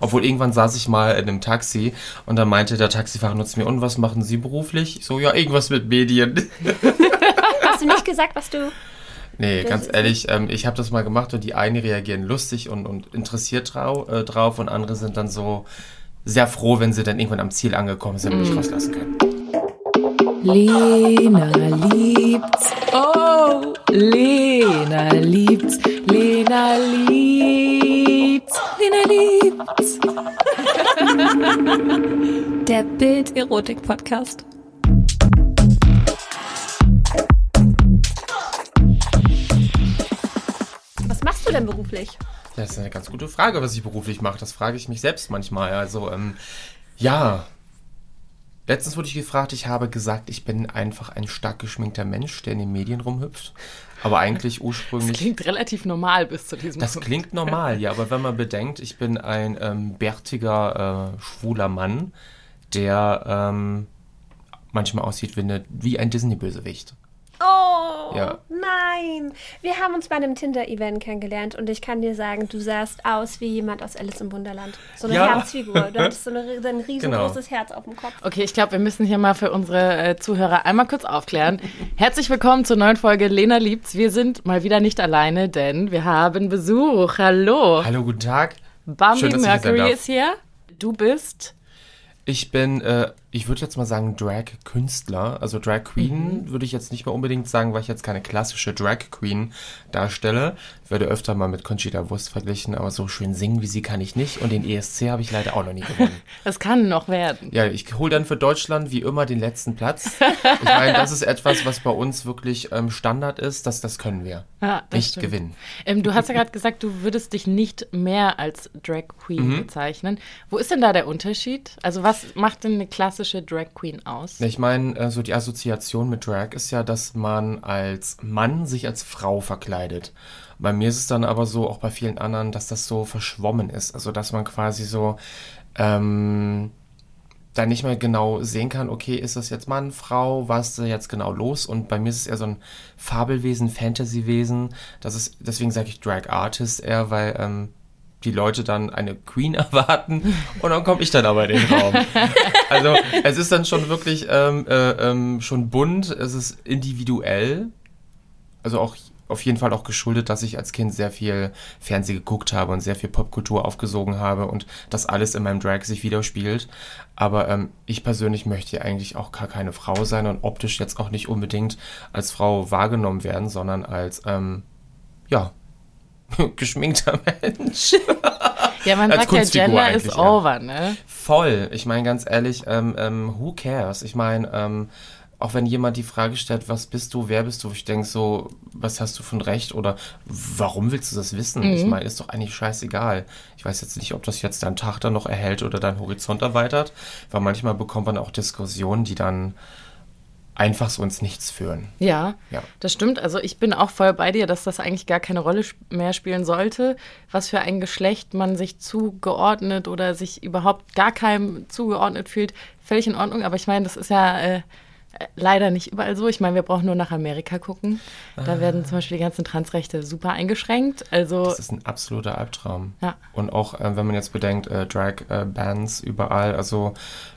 Obwohl irgendwann saß ich mal in einem Taxi und dann meinte der Taxifahrer nur zu mir, und was machen Sie beruflich? Ich so, ja, irgendwas mit Medien. Hast du nicht gesagt, was du... Nee, ganz ehrlich, ich habe das mal gemacht und die einen reagieren lustig und interessiert drauf und andere sind dann so sehr froh, wenn sie dann irgendwann am Ziel angekommen sind und mich rauslassen können. Lena liebt's. Oh, Lena liebt's. Lena liebt's. Lena liebt's. Der Bild-Erotik-Podcast. Was machst du denn beruflich? Das ist eine ganz gute Frage, was ich beruflich mache. Das frage ich mich selbst manchmal. Also, ja... Letztens wurde ich gefragt, ich habe gesagt, ich bin einfach ein stark geschminkter Mensch, der in den Medien rumhüpft. Aber eigentlich ursprünglich... Das klingt relativ normal bis zu diesem Das Punkt. klingt normal, ja. Aber wenn man bedenkt, ich bin ein bärtiger, schwuler Mann, der manchmal aussieht wie ein Disney-Bösewicht. Oh, Ja. nein. Wir haben uns bei einem Tinder-Event kennengelernt und ich kann dir sagen, du sahst aus wie jemand aus Alice im Wunderland. So eine Ja. Herzfigur. Du hattest so ein riesengroßes Herz auf dem Kopf. Okay, ich glaube, wir müssen hier mal für unsere Zuhörer einmal kurz aufklären. Herzlich willkommen zur neuen Folge Lena liebt's. Wir sind mal wieder nicht alleine, denn wir haben Besuch. Hallo. Hallo, guten Tag. Bambi Schön, dass ich hier sein Mercury darf. ist hier. Du bist... Ich bin, ich würde jetzt mal sagen, Drag-Künstler. Also Drag Queen würde ich jetzt nicht mehr unbedingt sagen, weil ich jetzt keine klassische Drag Queen darstelle. Ich werde öfter mal mit Conchita Wurst verglichen, aber so schön singen wie sie kann ich nicht. Und den ESC habe ich leider auch noch nie gewonnen. Das kann noch werden. Ja, ich hole dann für Deutschland wie immer den letzten Platz. Ich meine, das ist etwas, was bei uns wirklich Standard ist. Das können wir. Ja, das Nicht stimmt. gewinnen. Du hast ja gerade gesagt, du würdest dich nicht mehr als Drag Queen bezeichnen. Wo ist denn da der Unterschied? Also was macht denn eine klassische Drag Queen aus? Ich meine, so die Assoziation mit Drag ist ja, dass man als Mann sich als Frau verkleidet. Bei mir ist es dann aber so, auch bei vielen anderen, dass das so verschwommen ist. Also, dass man quasi so dann nicht mehr genau sehen kann, okay, ist das jetzt Mann, Frau, was ist da jetzt genau los? Und bei mir ist es eher so ein Fabelwesen, Fantasywesen. Deswegen sage ich Drag Artist eher, weil die Leute dann eine Queen erwarten und dann komme ich dann aber in den Raum. Also es ist dann schon wirklich schon bunt, es ist individuell, also auch auf jeden Fall auch geschuldet, dass ich als Kind sehr viel Fernsehen geguckt habe und sehr viel Popkultur aufgesogen habe und das alles in meinem Drag sich widerspiegelt. Aber ich persönlich möchte ja eigentlich auch gar keine Frau sein und optisch jetzt auch nicht unbedingt als Frau wahrgenommen werden, sondern als, geschminkter Mensch. Ja, man als sagt ja, Kunstfigur Gender is eigentlich, ja. over, ne? Voll. Ich meine, ganz ehrlich, who cares? Ich meine, auch wenn jemand die Frage stellt, was bist du, wer bist du, ich denke so, was hast du für ein Recht oder warum willst du das wissen? Ich meine, ist doch eigentlich scheißegal. Ich weiß jetzt nicht, ob das jetzt deinen Tag dann noch erhält oder deinen Horizont erweitert, weil manchmal bekommt man auch Diskussionen, die dann einfach so ins Nichts führen. Ja, Ja. das stimmt. Also ich bin auch voll bei dir, dass das eigentlich gar keine Rolle mehr spielen sollte, was für ein Geschlecht man sich zugeordnet oder sich überhaupt gar keinem zugeordnet fühlt. Völlig in Ordnung, aber ich meine, das ist ja leider nicht überall so. Ich meine, wir brauchen nur nach Amerika gucken. Da werden zum Beispiel die ganzen Transrechte super eingeschränkt. Also Das ist ein absoluter Albtraum. Ja. Und auch, wenn man jetzt bedenkt, Drag-Bands überall, also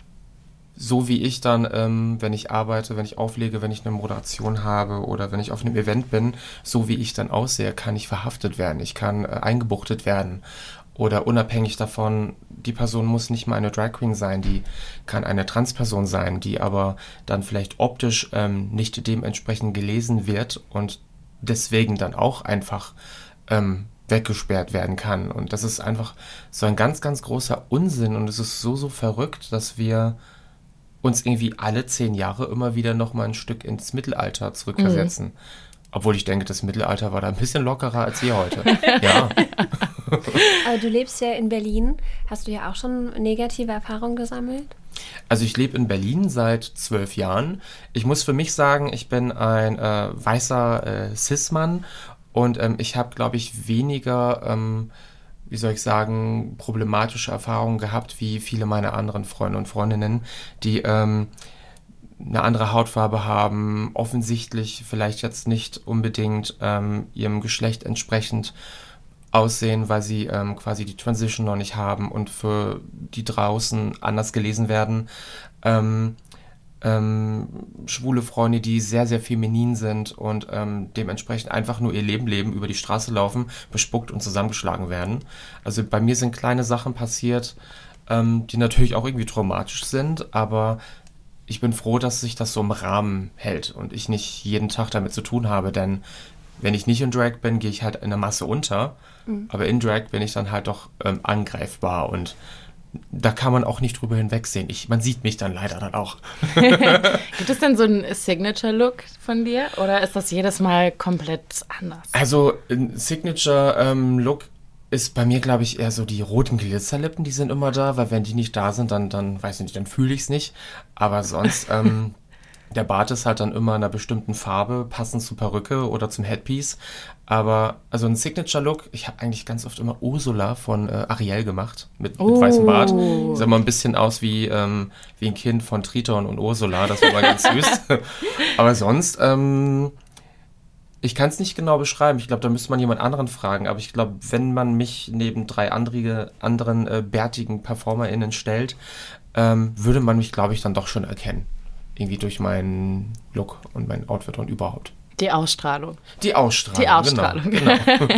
so wie ich dann, wenn ich arbeite, wenn ich auflege, wenn ich eine Moderation habe oder wenn ich auf einem Event bin, so wie ich dann aussehe, kann ich verhaftet werden. Ich kann eingebuchtet werden. Oder unabhängig davon, die Person muss nicht mal eine Drag Queen sein, die kann eine Transperson sein, die aber dann vielleicht optisch nicht dementsprechend gelesen wird und deswegen dann auch einfach weggesperrt werden kann. Und das ist einfach so ein ganz, ganz großer Unsinn und es ist so, so verrückt, dass wir uns irgendwie alle 10 Jahre immer wieder noch mal ein Stück ins Mittelalter zurückversetzen. Obwohl ich denke, das Mittelalter war da ein bisschen lockerer als wir heute. Ja. Aber du lebst ja in Berlin. Hast du ja auch schon negative Erfahrungen gesammelt? Also ich lebe in Berlin seit 12 Jahren. Ich muss für mich sagen, ich bin ein weißer Cis-Mann und ich habe, glaube ich, weniger, wie soll ich sagen, problematische Erfahrungen gehabt wie viele meiner anderen Freunde und Freundinnen, die eine andere Hautfarbe haben, offensichtlich vielleicht jetzt nicht unbedingt ihrem Geschlecht entsprechend aussehen, weil sie quasi die Transition noch nicht haben und für die draußen anders gelesen werden. Schwule Freunde, die sehr, sehr feminin sind und dementsprechend einfach nur ihr Leben leben, über die Straße laufen, bespuckt und zusammengeschlagen werden. Also bei mir sind kleine Sachen passiert, die natürlich auch irgendwie traumatisch sind, aber ich bin froh, dass sich das so im Rahmen hält und ich nicht jeden Tag damit zu tun habe, denn wenn ich nicht in Drag bin, gehe ich halt in der Masse unter, aber in Drag bin ich dann halt doch angreifbar und da kann man auch nicht drüber hinwegsehen. Man sieht mich dann leider dann auch. Gibt es denn so einen Signature-Look von dir oder ist das jedes Mal komplett anders? Also ein Signature-Look ist bei mir, glaube ich, eher so die roten Glitzerlippen, die sind immer da, weil wenn die nicht da sind, dann weiß ich nicht, dann fühle ich es nicht. Aber sonst, der Bart ist halt dann immer in einer bestimmten Farbe, passend zur Perücke oder zum Headpiece. Aber, also ein Signature-Look, ich habe eigentlich ganz oft immer Ursula von Ariel gemacht, mit weißem Bart. Sieht immer ein bisschen aus wie ein Kind von Triton und Ursula, das war mal ganz süß. Aber sonst, ich kann es nicht genau beschreiben. Ich glaube, da müsste man jemand anderen fragen. Aber ich glaube, wenn man mich neben 3 anderen bärtigen PerformerInnen stellt, würde man mich, glaube ich, dann doch schon erkennen. Irgendwie durch meinen Look und mein Outfit und überhaupt. Die Ausstrahlung. Die Ausstrahlung, genau.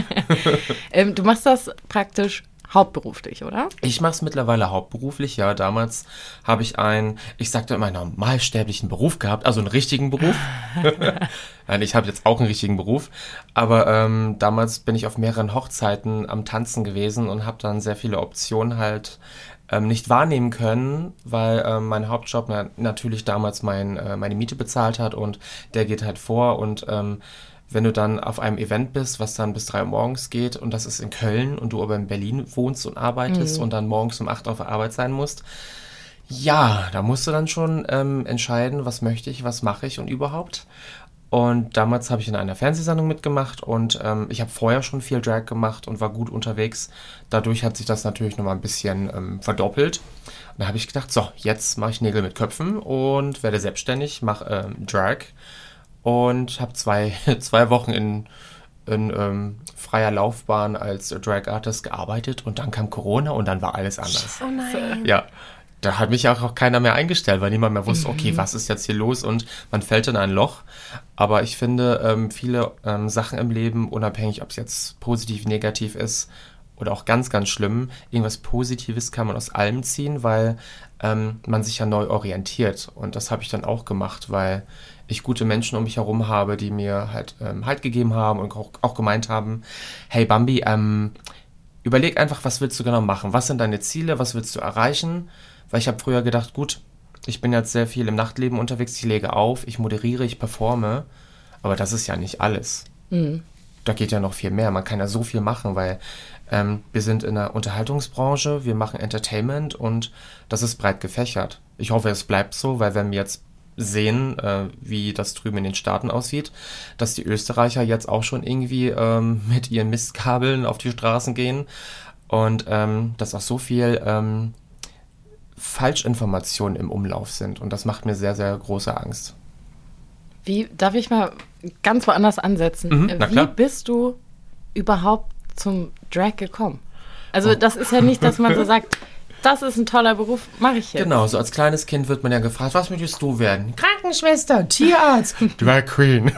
Du machst das praktisch hauptberuflich, oder? Ich mache es mittlerweile hauptberuflich, ja. Damals habe ich ich sagte immer, normalsterblichen Beruf gehabt, also einen richtigen Beruf. Nein, ich habe jetzt auch einen richtigen Beruf. Aber damals bin ich auf mehreren Hochzeiten am Tanzen gewesen und habe dann sehr viele Optionen halt nicht wahrnehmen können, weil mein Hauptjob natürlich damals meine Miete bezahlt hat und der geht halt vor und wenn du dann auf einem Event bist, was dann bis 3 Uhr morgens geht und das ist in Köln und du aber in Berlin wohnst und arbeitest und dann morgens um 8 auf der Arbeit sein musst, ja, da musst du dann schon entscheiden, was möchte ich, was mache ich und überhaupt. Und damals habe ich in einer Fernsehsendung mitgemacht und ich habe vorher schon viel Drag gemacht und war gut unterwegs. Dadurch hat sich das natürlich nochmal ein bisschen verdoppelt. Und da habe ich gedacht, so, jetzt mache ich Nägel mit Köpfen und werde selbstständig, mache Drag und habe zwei Wochen in freier Laufbahn als Drag Artist gearbeitet und dann kam Corona und dann war alles anders. Oh nein. Ja. Da hat mich auch keiner mehr eingestellt, weil niemand mehr wusste, okay, was ist jetzt hier los und man fällt in ein Loch. Aber ich finde, viele Sachen im Leben, unabhängig, ob es jetzt positiv, negativ ist oder auch ganz, ganz schlimm, irgendwas Positives kann man aus allem ziehen, weil man sich ja neu orientiert. Und das habe ich dann auch gemacht, weil ich gute Menschen um mich herum habe, die mir halt gegeben haben und auch gemeint haben, hey Bambi, überleg einfach, was willst du genau machen? Was sind deine Ziele? Was willst du erreichen? Weil ich habe früher gedacht, gut, ich bin jetzt sehr viel im Nachtleben unterwegs, ich lege auf, ich moderiere, ich performe, aber das ist ja nicht alles. Da geht ja noch viel mehr, man kann ja so viel machen, weil wir sind in der Unterhaltungsbranche, wir machen Entertainment und das ist breit gefächert. Ich hoffe, es bleibt so, weil wenn wir jetzt sehen, wie das drüben in den Staaten aussieht, dass die Österreicher jetzt auch schon irgendwie mit ihren Mistkabeln auf die Straßen gehen und dass auch so viel Falschinformationen im Umlauf sind. Und das macht mir sehr, sehr große Angst. Darf ich mal ganz woanders ansetzen? Wie bist du überhaupt zum Drag gekommen? Also das ist ja nicht, dass man so sagt, das ist ein toller Beruf, mache ich jetzt. Genau, so als kleines Kind wird man ja gefragt, was möchtest du werden? Krankenschwester, Tierarzt, Drag Queen.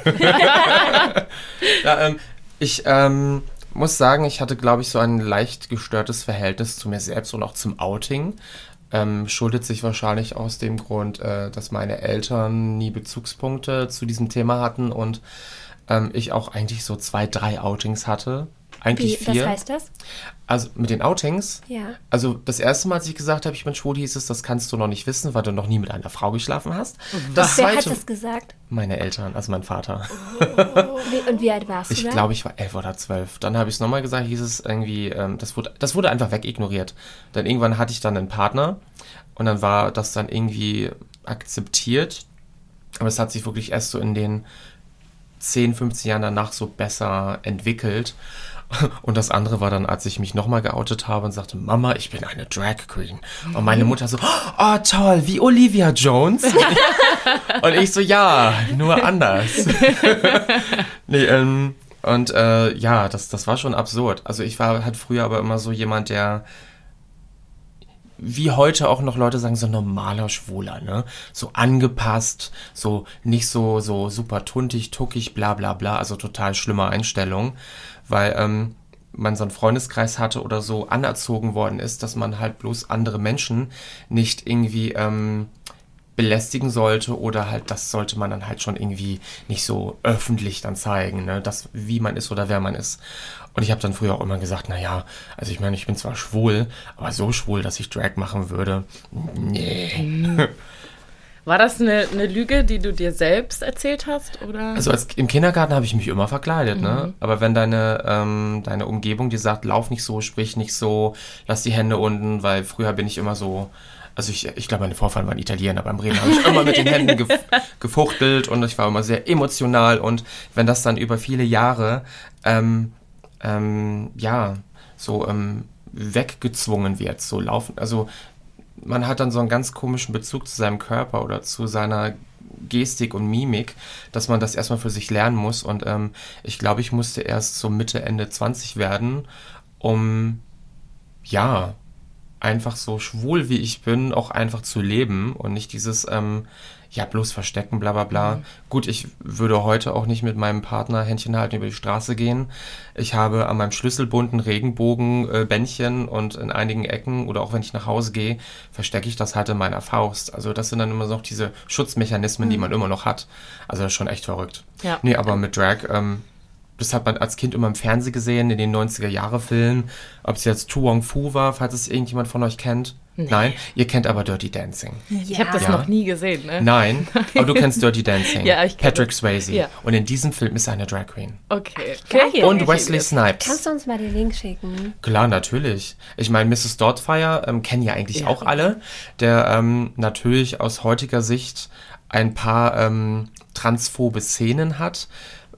Ja, ich muss sagen, ich hatte, glaube ich, so ein leicht gestörtes Verhältnis zu mir selbst und auch zum Outing. Schuldet sich wahrscheinlich aus dem Grund, dass meine Eltern nie Bezugspunkte zu diesem Thema hatten und ich auch eigentlich so 2, 3 Outings hatte. Eigentlich 4. Was heißt das? Also mit den Outings? Ja. Also das erste Mal, als ich gesagt habe, ich bin schwul, hieß es, das kannst du noch nicht wissen, weil du noch nie mit einer Frau geschlafen hast. Wer hat das gesagt? Meine Eltern, also mein Vater. Und wie alt warst du da? Ich glaube, ich war 11 oder 12. Dann habe ich es nochmal gesagt, hieß es irgendwie, das wurde einfach wegignoriert. Dann irgendwann hatte ich dann einen Partner und dann war das dann irgendwie akzeptiert. Aber es hat sich wirklich erst so in den 10, 15 Jahren danach so besser entwickelt. Und das andere war dann, als ich mich nochmal geoutet habe und sagte, Mama, ich bin eine Drag Queen. Und meine Mutter so, oh toll, wie Olivia Jones. Und ich so, ja, nur anders. Nee, Und ja, das war schon absurd. Also ich war halt früher aber immer so jemand, der, wie heute auch noch Leute sagen, so normaler Schwuler, ne? So angepasst, so nicht so super tuntig, tuckig, bla bla bla, also total schlimme Einstellung, weil man so einen Freundeskreis hatte oder so anerzogen worden ist, dass man halt bloß andere Menschen nicht irgendwie belästigen sollte oder halt, das sollte man dann halt schon irgendwie nicht so öffentlich dann zeigen, ne? Das, wie man ist oder wer man ist. Und ich habe dann früher auch immer gesagt, naja, also ich meine, ich bin zwar schwul, aber so schwul, dass ich Drag machen würde, nee. War das eine Lüge, die du dir selbst erzählt hast? Oder? Also im Kindergarten habe ich mich immer verkleidet, ne? Aber wenn deine Umgebung dir sagt, lauf nicht so, sprich nicht so, lass die Hände unten, weil früher bin ich immer so, also ich glaube, meine Vorfahren waren Italiener, beim Reden habe ich immer mit den Händen gefuchtelt und ich war immer sehr emotional und wenn das dann über viele Jahre, weggezwungen wird, so laufen, also man hat dann so einen ganz komischen Bezug zu seinem Körper oder zu seiner Gestik und Mimik, dass man das erstmal für sich lernen muss. Und ich glaube, ich musste erst so Mitte, Ende 20 werden, um, ja, einfach so schwul wie ich bin, auch einfach zu leben und nicht dieses, bloß verstecken, bla bla bla. Gut, ich würde heute auch nicht mit meinem Partner Händchen halten über die Straße gehen. Ich habe an meinem Schlüsselbund ein Regenbogenbändchen und in einigen Ecken oder auch wenn ich nach Hause gehe, verstecke ich das halt in meiner Faust. Also das sind dann immer noch diese Schutzmechanismen, die man immer noch hat. Also das ist schon echt verrückt. Ja. Nee, aber mit Drag, das hat man als Kind immer im Fernsehen gesehen, in den 90er-Jahre-Filmen. Ob es jetzt Tu Wong Fu war, falls es irgendjemand von euch kennt. Nee. Nein? Ihr kennt aber Dirty Dancing. Ja. Ich habe das noch nie gesehen, ne? Nein, aber du kennst Dirty Dancing. Ja, ich kenne Patrick Swayze. Ja. Und in diesem Film ist er eine Drag Queen. Okay. Geil. Und Wesley Snipes. Kannst du uns mal den Link schicken? Klar, natürlich. Ich meine, Mrs. Doubtfire kennen ja eigentlich auch alle. Der natürlich aus heutiger Sicht ein paar transphobe Szenen hat.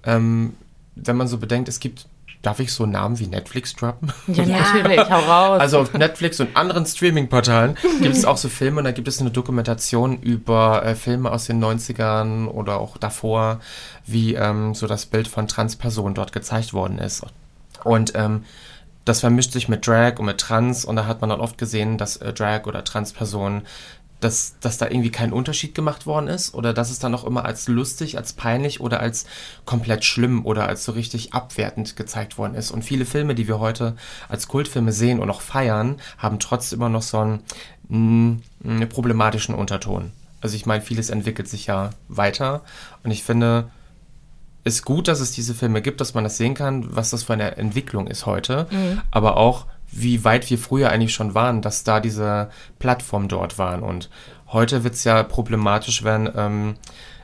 Wenn man so bedenkt, es gibt, darf ich so Namen wie Netflix droppen? Ja, natürlich, hau raus. Also auf Netflix und anderen Streaming-Portalen gibt es auch so Filme und da gibt es eine Dokumentation über Filme aus den 90ern oder auch davor, wie so das Bild von Transpersonen dort gezeigt worden ist. Und das vermischt sich mit Drag und mit Trans und da hat man dann oft gesehen, dass Drag oder Transpersonen, dass da irgendwie kein Unterschied gemacht worden ist oder dass es dann auch immer als lustig, als peinlich oder als komplett schlimm oder als so richtig abwertend gezeigt worden ist. Und viele Filme, die wir heute als Kultfilme sehen und auch feiern, haben trotzdem immer noch so einen problematischen Unterton. Also ich meine, vieles entwickelt sich ja weiter und ich finde, es ist gut, dass es diese Filme gibt, dass man das sehen kann, was das für eine Entwicklung ist heute, aber auch wie weit wir früher eigentlich schon waren, dass da diese Plattformen dort waren. Und heute wird es ja problematisch, wenn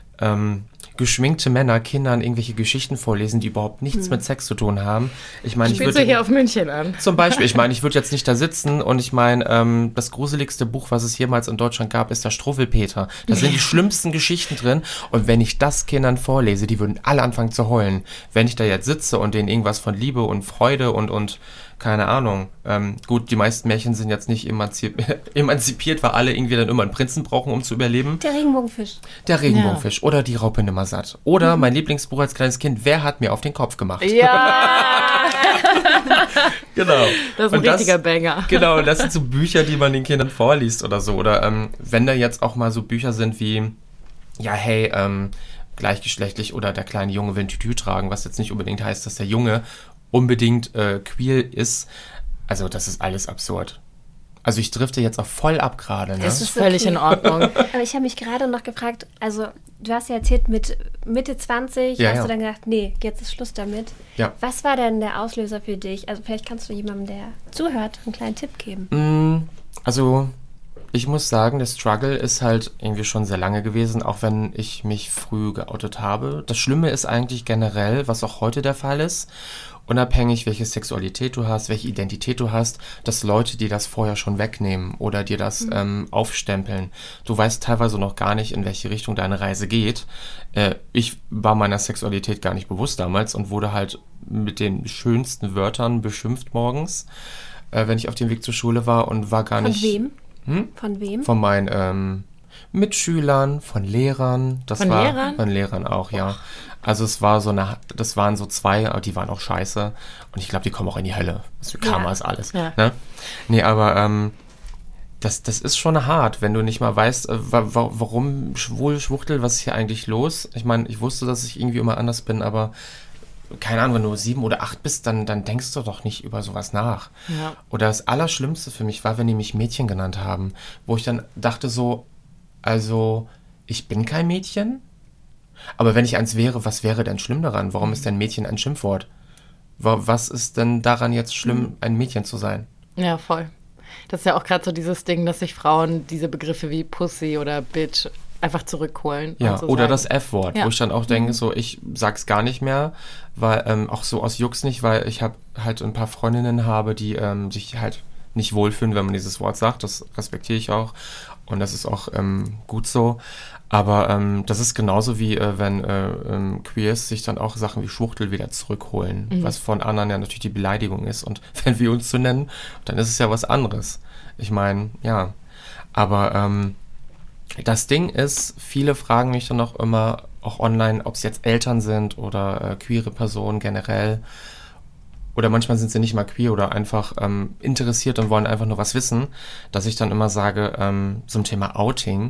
geschminkte Männer Kindern irgendwelche Geschichten vorlesen, die überhaupt nichts mit Sex zu tun haben. Ich meine, Spielst du hier auf München an? Zum Beispiel, ich meine, ich würde jetzt nicht da sitzen und ich meine, das gruseligste Buch, was es jemals in Deutschland gab, ist der Struwwelpeter. Da sind die schlimmsten Geschichten drin und wenn ich das Kindern vorlese, die würden alle anfangen zu heulen. Wenn ich da jetzt sitze und denen irgendwas von Liebe und Freude und keine Ahnung. Gut, die meisten Märchen sind jetzt nicht emanzipiert, weil alle irgendwie dann immer einen Prinzen brauchen, um zu überleben. Der Regenbogenfisch. Der Regenbogenfisch oder die Raupe Nimmersatt. Oder mein Lieblingsbuch als kleines Kind, Wer hat mir auf den Kopf gemacht? Ja! Genau. Das ist ein richtiger Banger. Genau, das sind so Bücher, die man den Kindern vorliest oder so. Oder wenn da jetzt auch mal so Bücher sind wie, ja, hey, gleichgeschlechtlich oder der kleine Junge will ein Tütü tragen, was jetzt nicht unbedingt heißt, dass der Junge unbedingt queer ist. Also das ist alles absurd. Also ich drifte jetzt auch voll ab gerade. Ne? Das ist völlig in Ordnung. Aber ich habe mich gerade noch gefragt, also du hast ja erzählt, mit Mitte 20 hast du dann gedacht, nee, jetzt ist Schluss damit. Ja. Was war denn der Auslöser für dich? Also vielleicht kannst du jemandem, der zuhört, einen kleinen Tipp geben. Also ich muss sagen, der Struggle ist halt irgendwie schon sehr lange gewesen, auch wenn ich mich früh geoutet habe. Das Schlimme ist eigentlich generell, was auch heute der Fall ist, unabhängig, welche Sexualität du hast, welche Identität du hast, dass Leute dir das vorher schon wegnehmen oder dir das aufstempeln. Du weißt teilweise noch gar nicht, in welche Richtung deine Reise geht. Ich war meiner Sexualität gar nicht bewusst damals und wurde halt mit den schönsten Wörtern beschimpft morgens, wenn ich auf dem Weg zur Schule war und war gar nicht... Von wem? Von wem? Von meinen Mitschülern, von Lehrern. Lehrern? Von Lehrern auch, ja. Also das waren so 2, aber die waren auch scheiße. Und ich glaube, die kommen auch in die Hölle. Also Karma ist alles. Ja. Ne? Nee, aber das ist schon hart, wenn du nicht mal weißt, warum Schwuchtel, was ist hier eigentlich los? Ich meine, ich wusste, dass ich irgendwie immer anders bin, aber keine Ahnung, wenn du 7 oder 8 bist, dann denkst du doch nicht über sowas nach. Ja. Oder das Allerschlimmste für mich war, wenn die mich Mädchen genannt haben, wo ich dann dachte so, also ich bin kein Mädchen, aber wenn ich eins wäre, was wäre denn schlimm daran? Warum ist denn Mädchen ein Schimpfwort? Was ist denn daran jetzt schlimm, ein Mädchen zu sein? Ja, voll. Das ist ja auch gerade so dieses Ding, dass sich Frauen diese Begriffe wie Pussy oder Bitch einfach zurückholen. Ja, und so oder sagen. das F-Wort, Ja. wo ich dann auch denke, so, ich sag's gar nicht mehr, weil, auch so aus Jux nicht, weil ich halt ein paar Freundinnen habe, die sich halt nicht wohlfühlen, wenn man dieses Wort sagt. Das respektiere ich auch und das ist auch gut so. Aber das ist genauso wie wenn Queers sich dann auch Sachen wie Schwuchtel wieder zurückholen, was von anderen ja natürlich die Beleidigung ist. Und wenn wir uns so nennen, dann ist es ja was anderes. Ich meine, ja. Aber das Ding ist, viele fragen mich dann auch immer, auch online, ob es jetzt Eltern sind oder queere Personen generell. Oder manchmal sind sie nicht mal queer oder einfach interessiert und wollen einfach nur was wissen, dass ich dann immer sage, zum Thema Outing,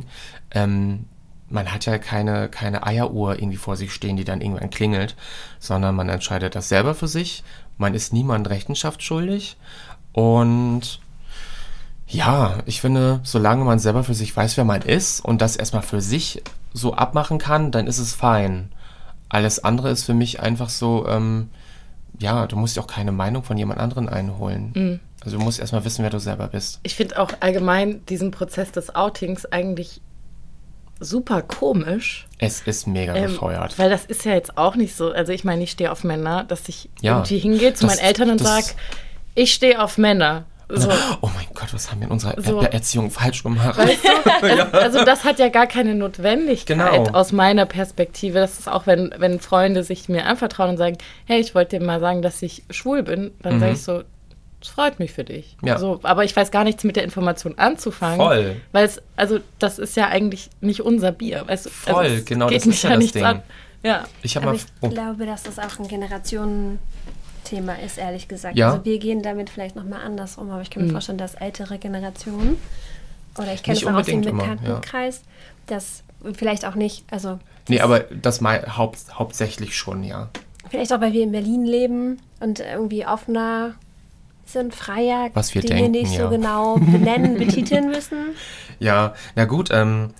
man hat ja keine Eieruhr irgendwie vor sich stehen, die dann irgendwann klingelt, sondern man entscheidet das selber für sich. Man ist niemand Rechenschaft schuldig. Und ja, ich finde, solange man selber für sich weiß, wer man ist und das erstmal für sich so abmachen kann, dann ist es fein. Alles andere ist für mich einfach so, ja, du musst ja auch keine Meinung von jemand anderen einholen. Also du musst erstmal wissen, wer du selber bist. Ich finde auch allgemein diesen Prozess des Outings eigentlich super komisch. Es ist mega bescheuert. Weil das ist ja jetzt auch nicht so, also ich meine, ich stehe auf Männer, dass ich Ja, irgendwie hingehe zu meinen Eltern und sage, ich stehe auf Männer. So. Oh mein Gott, was haben wir in unserer So. Erziehung falsch gemacht? Weißt du? Also das hat ja gar keine Notwendigkeit Genau. aus meiner Perspektive. Das ist auch, wenn Freunde sich mir anvertrauen und sagen, hey, ich wollte dir mal sagen, dass ich schwul bin, dann sage ich so, es freut mich für dich. Ja. So, aber ich weiß gar nichts mit der Information anzufangen. Voll. Weil es, also das ist ja eigentlich nicht unser Bier. Weißt du? Voll, also, es genau, geht das mich ist ja das nichts Ding. an. Ja. Ich habe Aber mal... ich glaube, dass das auch ein Generationenthema ist, ehrlich gesagt. Ja. Also wir gehen damit vielleicht nochmal anders um, aber ich kann mir vorstellen, dass ältere Generationen, oder ich kenne es Nicht auch aus dem unbedingt immer, Bekanntenkreis, dass vielleicht auch nicht, also Nee, aber das hauptsächlich schon, ja. vielleicht auch, weil wir in Berlin leben und irgendwie offener sind, freier, Was wir Dinge denken, nicht ja. so genau benennen, betiteln müssen. Ja, na gut,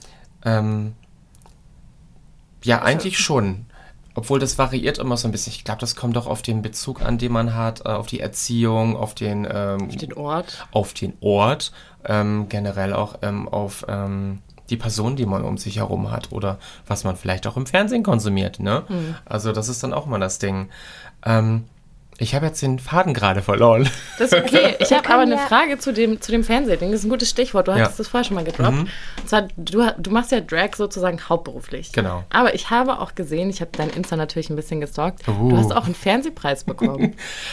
ja, eigentlich schon. Obwohl das variiert immer so ein bisschen. Ich glaube, das kommt doch auf den Bezug an, den man hat, auf die Erziehung, auf den Ort. Generell auch auf die Person, die man um sich herum hat oder was man vielleicht auch im Fernsehen konsumiert, ne? Also das ist dann auch mal das Ding. Ich habe jetzt den Faden gerade verloren. Das ist okay. Ich habe können aber eine ja- Frage zu dem Fernsehding. Das ist ein gutes Stichwort. Du hattest Ja. das vorher schon mal gedroppt. Und zwar, du machst ja Drag sozusagen hauptberuflich. Genau. Aber ich habe auch gesehen, ich habe dein Insta natürlich ein bisschen gestalkt, du hast auch einen Fernsehpreis bekommen.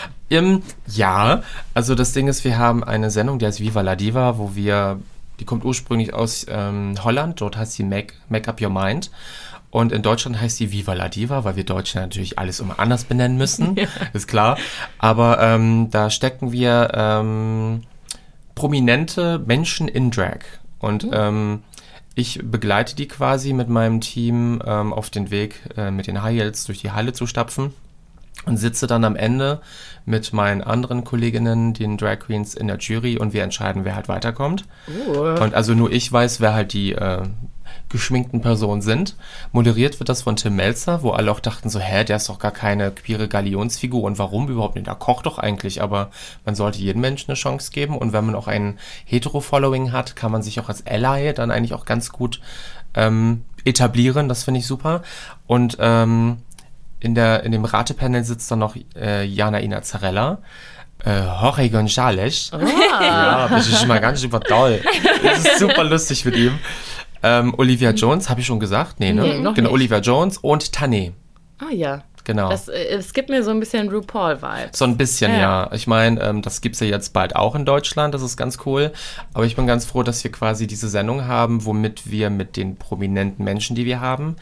Ja, also das Ding ist, wir haben eine Sendung, die heißt Viva la Diva, die kommt ursprünglich aus Holland, dort heißt sie Make Up Your Mind. Und in Deutschland heißt die Viva la Diva, weil wir Deutschen natürlich alles immer anders benennen müssen, ist klar. Aber da stecken wir prominente Menschen in Drag. Und ich begleite die quasi mit meinem Team auf den Weg, mit den High Heels durch die Halle zu stapfen. Und sitze dann am Ende mit meinen anderen Kolleginnen, den Drag Queens, in der Jury und wir entscheiden, wer halt weiterkommt. Und also nur ich weiß, wer halt die geschminkten Personen sind. Moderiert wird das von Tim Melzer, wo alle auch dachten so, der ist doch gar keine queere Galionsfigur und warum überhaupt nicht? Der kocht doch eigentlich, aber man sollte jedem Menschen eine Chance geben und wenn man auch ein Hetero-Following hat, kann man sich auch als Ally dann eigentlich auch ganz gut etablieren, das finde ich super. Und in dem Ratepanel sitzt dann noch Jana Inazzarella, Jorge González. Ja, das ist schon mal ganz super toll. Das ist super lustig mit ihm. Olivia Jones, habe ich schon gesagt? Nee, ne? Nee, noch Genau, nicht. Olivia Jones und Tané. Ah ja. Genau. Es gibt mir so ein bisschen RuPaul-Vibes. So ein bisschen, Ja. ja. Ich meine, das gibt's ja jetzt bald auch in Deutschland, das ist ganz cool. Aber ich bin ganz froh, dass wir quasi diese Sendung haben, womit wir mit den prominenten Menschen, die wir haben,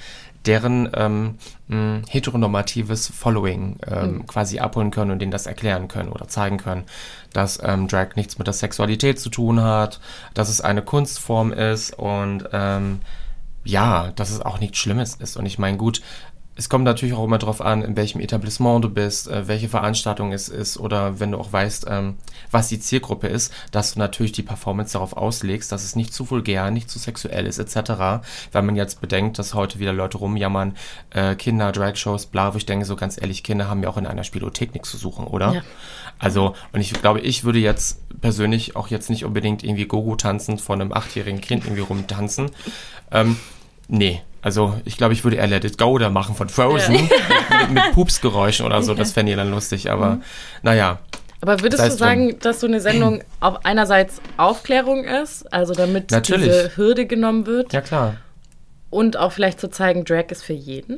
deren heteronormatives Following quasi abholen können und denen das erklären können oder zeigen können, dass Drag nichts mit der Sexualität zu tun hat, dass es eine Kunstform ist und dass es auch nichts Schlimmes ist. Und ich meine, gut, es kommt natürlich auch immer darauf an, in welchem Etablissement du bist, welche Veranstaltung es ist oder wenn du auch weißt, was die Zielgruppe ist, dass du natürlich die Performance darauf auslegst, dass es nicht zu vulgär, nicht zu sexuell ist etc. Wenn man jetzt bedenkt, dass heute wieder Leute rumjammern, Kinder, Dragshows, bla, wo ich denke, so ganz ehrlich, Kinder haben ja auch in einer Spielothek nichts zu suchen, oder? Ja. Also, und ich glaube, ich würde jetzt persönlich auch jetzt nicht unbedingt irgendwie Gogo tanzend von einem 8-jährigen Kind irgendwie rumtanzen. Nee. Also ich glaube, ich würde eher Let It Go da machen von Frozen mit Pupsgeräuschen oder so. Das fände ich dann lustig, aber naja. Aber würdest du sagen, dass so eine Sendung auch einerseits Aufklärung ist, also damit diese Hürde genommen wird? Ja, klar. Und auch vielleicht zu zeigen, Drag ist für jeden?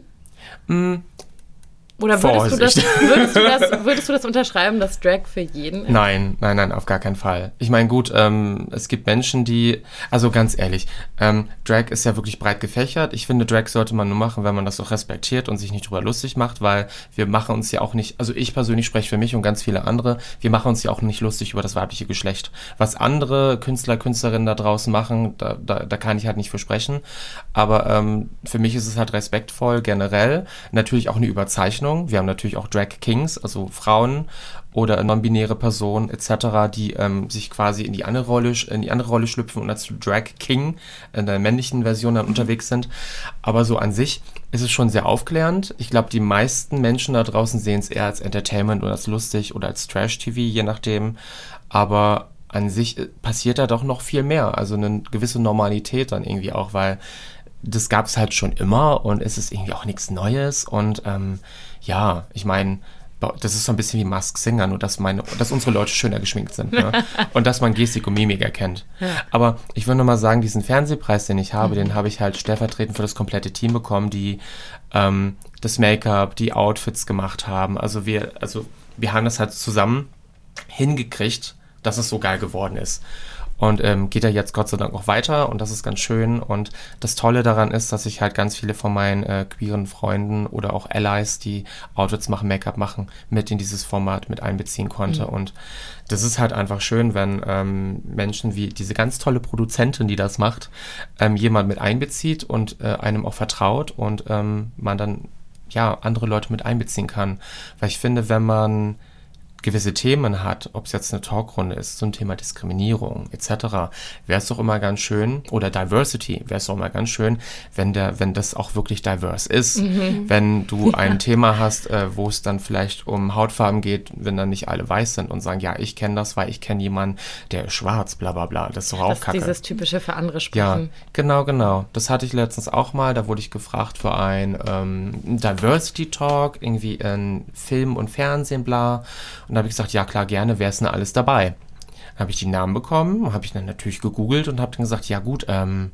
Oder würdest du das unterschreiben, dass Drag für jeden ist? Nein, auf gar keinen Fall. Ich meine, gut, es gibt Menschen, die, also ganz ehrlich, Drag ist ja wirklich breit gefächert. Ich finde, Drag sollte man nur machen, wenn man das auch respektiert und sich nicht drüber lustig macht, weil wir machen uns ja auch nicht, also ich persönlich spreche für mich und ganz viele andere, wir machen uns ja auch nicht lustig über das weibliche Geschlecht. Was andere Künstler, Künstlerinnen da draußen machen, da kann ich halt nicht für sprechen. Aber für mich ist es halt respektvoll generell, natürlich auch eine Überzeichnung. Wir haben natürlich auch Drag Kings, also Frauen oder non-binäre Personen etc., die sich quasi in die andere Rolle schlüpfen und als Drag King in der männlichen Version dann unterwegs sind. Aber so an sich ist es schon sehr aufklärend. Ich glaube, die meisten Menschen da draußen sehen es eher als Entertainment oder als lustig oder als Trash-TV, je nachdem. Aber an sich passiert da doch noch viel mehr. Also eine gewisse Normalität dann irgendwie auch, weil das gab es halt schon immer und es ist irgendwie auch nichts Neues und ich meine, das ist so ein bisschen wie Masked Singer, nur dass unsere Leute schöner geschminkt sind, ne? Und dass man Gestik und Mimik erkennt. Ja. Aber ich würde nochmal sagen, diesen Fernsehpreis, den ich habe, den habe ich halt stellvertretend für das komplette Team bekommen, die das Make-up, die Outfits gemacht haben. Also wir haben das halt zusammen hingekriegt, dass es so geil geworden ist. Und geht ja jetzt Gott sei Dank auch weiter und das ist ganz schön. Und das Tolle daran ist, dass ich halt ganz viele von meinen queeren Freunden oder auch Allies, die Outfits machen, Make-up machen, mit in dieses Format mit einbeziehen konnte. Und das ist halt einfach schön, wenn Menschen wie diese ganz tolle Produzentin, die das macht, jemand mit einbezieht und einem auch vertraut und man dann andere Leute mit einbeziehen kann. Weil ich finde, wenn man gewisse Themen hat, ob es jetzt eine Talkrunde ist zum Thema Diskriminierung etc., wäre es doch immer ganz schön, oder Diversity, wäre es doch immer ganz schön, wenn das auch wirklich diverse ist. Wenn du ein Thema hast, wo es dann vielleicht um Hautfarben geht, wenn dann nicht alle weiß sind und sagen, ja, ich kenne das, weil ich kenne jemanden, der ist schwarz, bla bla bla, das ist doch auch Kacke. Dieses typische für andere sprechen. Ja, genau. Das hatte ich letztens auch mal, da wurde ich gefragt für ein Diversity Talk, irgendwie in Film und Fernsehen, bla. Und da habe ich gesagt, ja klar, gerne, wer ist denn alles dabei? Dann habe ich die Namen bekommen, habe ich dann natürlich gegoogelt und habe dann gesagt, ja gut,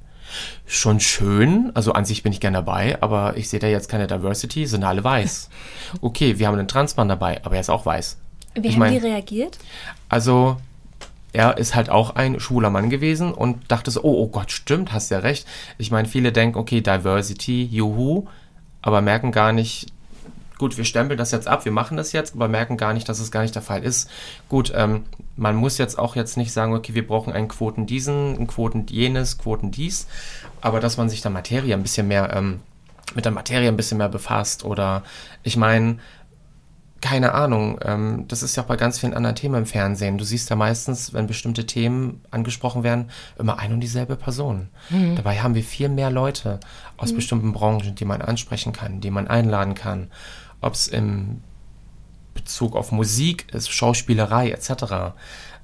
schon schön, also an sich bin ich gerne dabei, aber ich sehe da jetzt keine Diversity, sind alle weiß. Okay, wir haben einen Transmann dabei, aber er ist auch weiß. Wie haben die reagiert? Also, er ist halt auch ein schwuler Mann gewesen und dachte so, oh Gott, stimmt, hast ja recht. Ich meine, viele denken, okay, Diversity, juhu, aber merken gar nicht, gut, wir stempeln das jetzt ab, wir machen das jetzt, aber merken gar nicht, dass es gar nicht der Fall ist. Gut, man muss jetzt nicht sagen, okay, wir brauchen einen Quoten diesen, einen Quoten jenes, Quoten dies, aber dass man sich der Materie ein bisschen mehr, mit der Materie ein bisschen mehr befasst oder, ich meine, keine Ahnung, das ist ja auch bei ganz vielen anderen Themen im Fernsehen. Du siehst ja meistens, wenn bestimmte Themen angesprochen werden, immer ein und dieselbe Person. Dabei haben wir viel mehr Leute aus bestimmten Branchen, die man ansprechen kann, die man einladen kann. Ob es im Bezug auf Musik ist, Schauspielerei etc.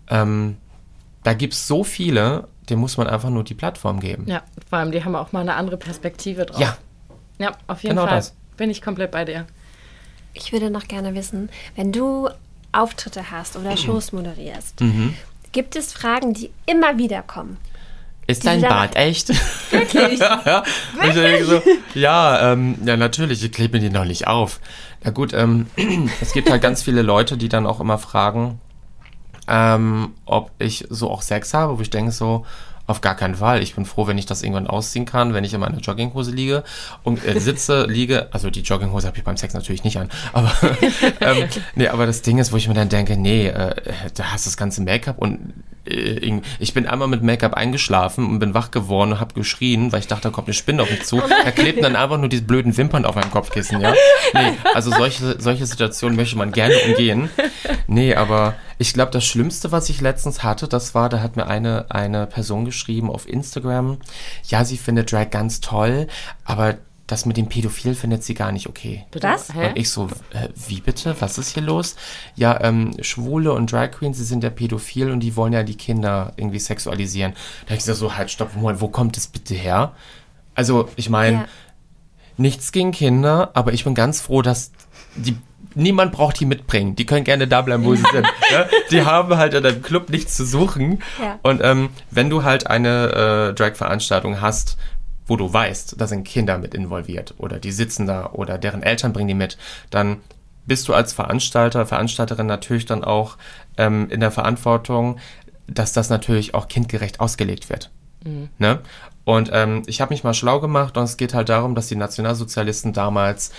Da gibt es so viele, denen muss man einfach nur die Plattform geben. Ja, vor allem, die haben auch mal eine andere Perspektive drauf. Ja, auf jeden genau Fall. Das. Bin ich komplett bei dir. Ich würde noch gerne wissen, wenn du Auftritte hast oder Shows moderierst, gibt es Fragen, die immer wieder kommen? Ist dein Bart echt? Wirklich? Ich denke so, ja, natürlich, ich klebe mir die noch nicht auf. Na gut, es gibt halt ganz viele Leute, die dann auch immer fragen, ob ich so auch Sex habe, wo ich denke so, Auf gar keinen Fall. Ich bin froh, wenn ich das irgendwann ausziehen kann, wenn ich in meiner Jogginghose liege und liege. Also die Jogginghose habe ich beim Sex natürlich nicht an. Aber, aber das Ding ist, wo ich mir dann denke, da hast du das ganze Make-up und ich bin einmal mit Make-up eingeschlafen und bin wach geworden und habe geschrien, weil ich dachte, da kommt eine Spinne auf mich zu. Da klebten dann einfach nur diese blöden Wimpern auf meinem Kopfkissen, ja. Nee, also solche Situationen möchte man gerne umgehen. Nee, aber ich glaube, das Schlimmste, was ich letztens hatte, da hat mir eine Person geschrieben auf Instagram, ja, sie findet Drag ganz toll, aber das mit dem Pädophil findet sie gar nicht okay. Was? Und ich so, wie bitte? Was ist hier los? Ja, Schwule und Drag Queens, sie sind ja pädophil und die wollen ja die Kinder irgendwie sexualisieren. Da habe ich gesagt, so, halt, stopp, Moment, wo kommt das bitte her? Also, ich meine, nichts gegen Kinder, aber ich bin ganz froh, dass niemand braucht die mitbringen. Die können gerne da bleiben, wo sie sind. Ne? Die haben halt in einem Club nichts zu suchen. Ja. Und wenn du halt eine Drag-Veranstaltung hast, wo du weißt, da sind Kinder mit involviert oder die sitzen da oder deren Eltern bringen die mit, dann bist du als Veranstalterin natürlich dann auch in der Verantwortung, dass das natürlich auch kindgerecht ausgelegt wird. Mhm. Ne? Und ich habe mich mal schlau gemacht und es geht halt darum, dass die Nationalsozialisten damals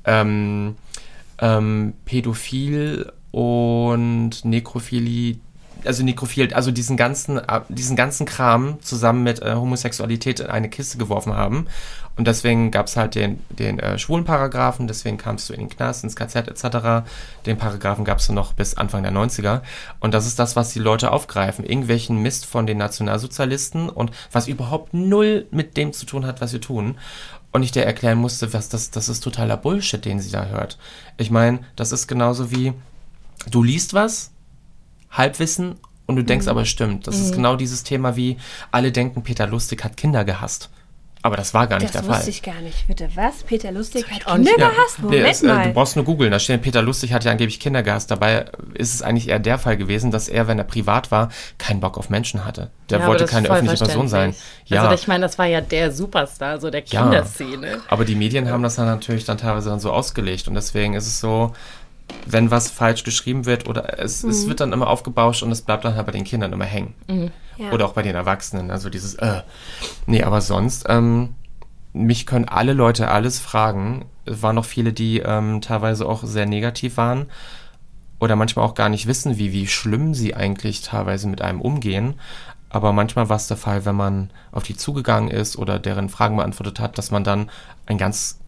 Pädophil und Nekrophilie, also diesen ganzen Kram zusammen mit Homosexualität in eine Kiste geworfen haben. Und deswegen gab es halt den schwulen Paragraphen, deswegen kamst du in den Knast, ins KZ etc. Den Paragraphen gab es noch bis Anfang der 90er. Und das ist das, was die Leute aufgreifen. Irgendwelchen Mist von den Nationalsozialisten und was überhaupt null mit dem zu tun hat, was wir tun. Und ich dir erklären musste, das ist totaler Bullshit, den sie da hört. Ich meine, das ist genauso wie, du liest was, Halbwissen, und du denkst aber, es stimmt. Das ist genau dieses Thema wie, alle denken, Peter Lustig hat Kinder gehasst. Aber das war gar nicht der Fall. Das wusste ich gar nicht. Bitte, was? Peter Lustig hat Kinder gehasst? Moment mal. Du brauchst nur googeln, da steht, Peter Lustig hat ja angeblich Kinder gehasst. Dabei ist es eigentlich eher der Fall gewesen, dass er, wenn er privat war, keinen Bock auf Menschen hatte. Der wollte keine öffentliche Person sein. Ja. Also ich meine, das war ja der Superstar, so der Kinderszene. Ja, aber die Medien haben das dann natürlich dann teilweise dann so ausgelegt. Und deswegen ist es so, wenn was falsch geschrieben wird oder es wird dann immer aufgebauscht und es bleibt dann halt bei den Kindern immer hängen. Mhm. Ja. Oder auch bei den Erwachsenen. Also dieses Nee, aber sonst, mich können alle Leute alles fragen. Es waren noch viele, die teilweise auch sehr negativ waren oder manchmal auch gar nicht wissen, wie schlimm sie eigentlich teilweise mit einem umgehen. Aber manchmal war es der Fall, wenn man auf die zugegangen ist oder deren Fragen beantwortet hat, dass man dann ein ganz,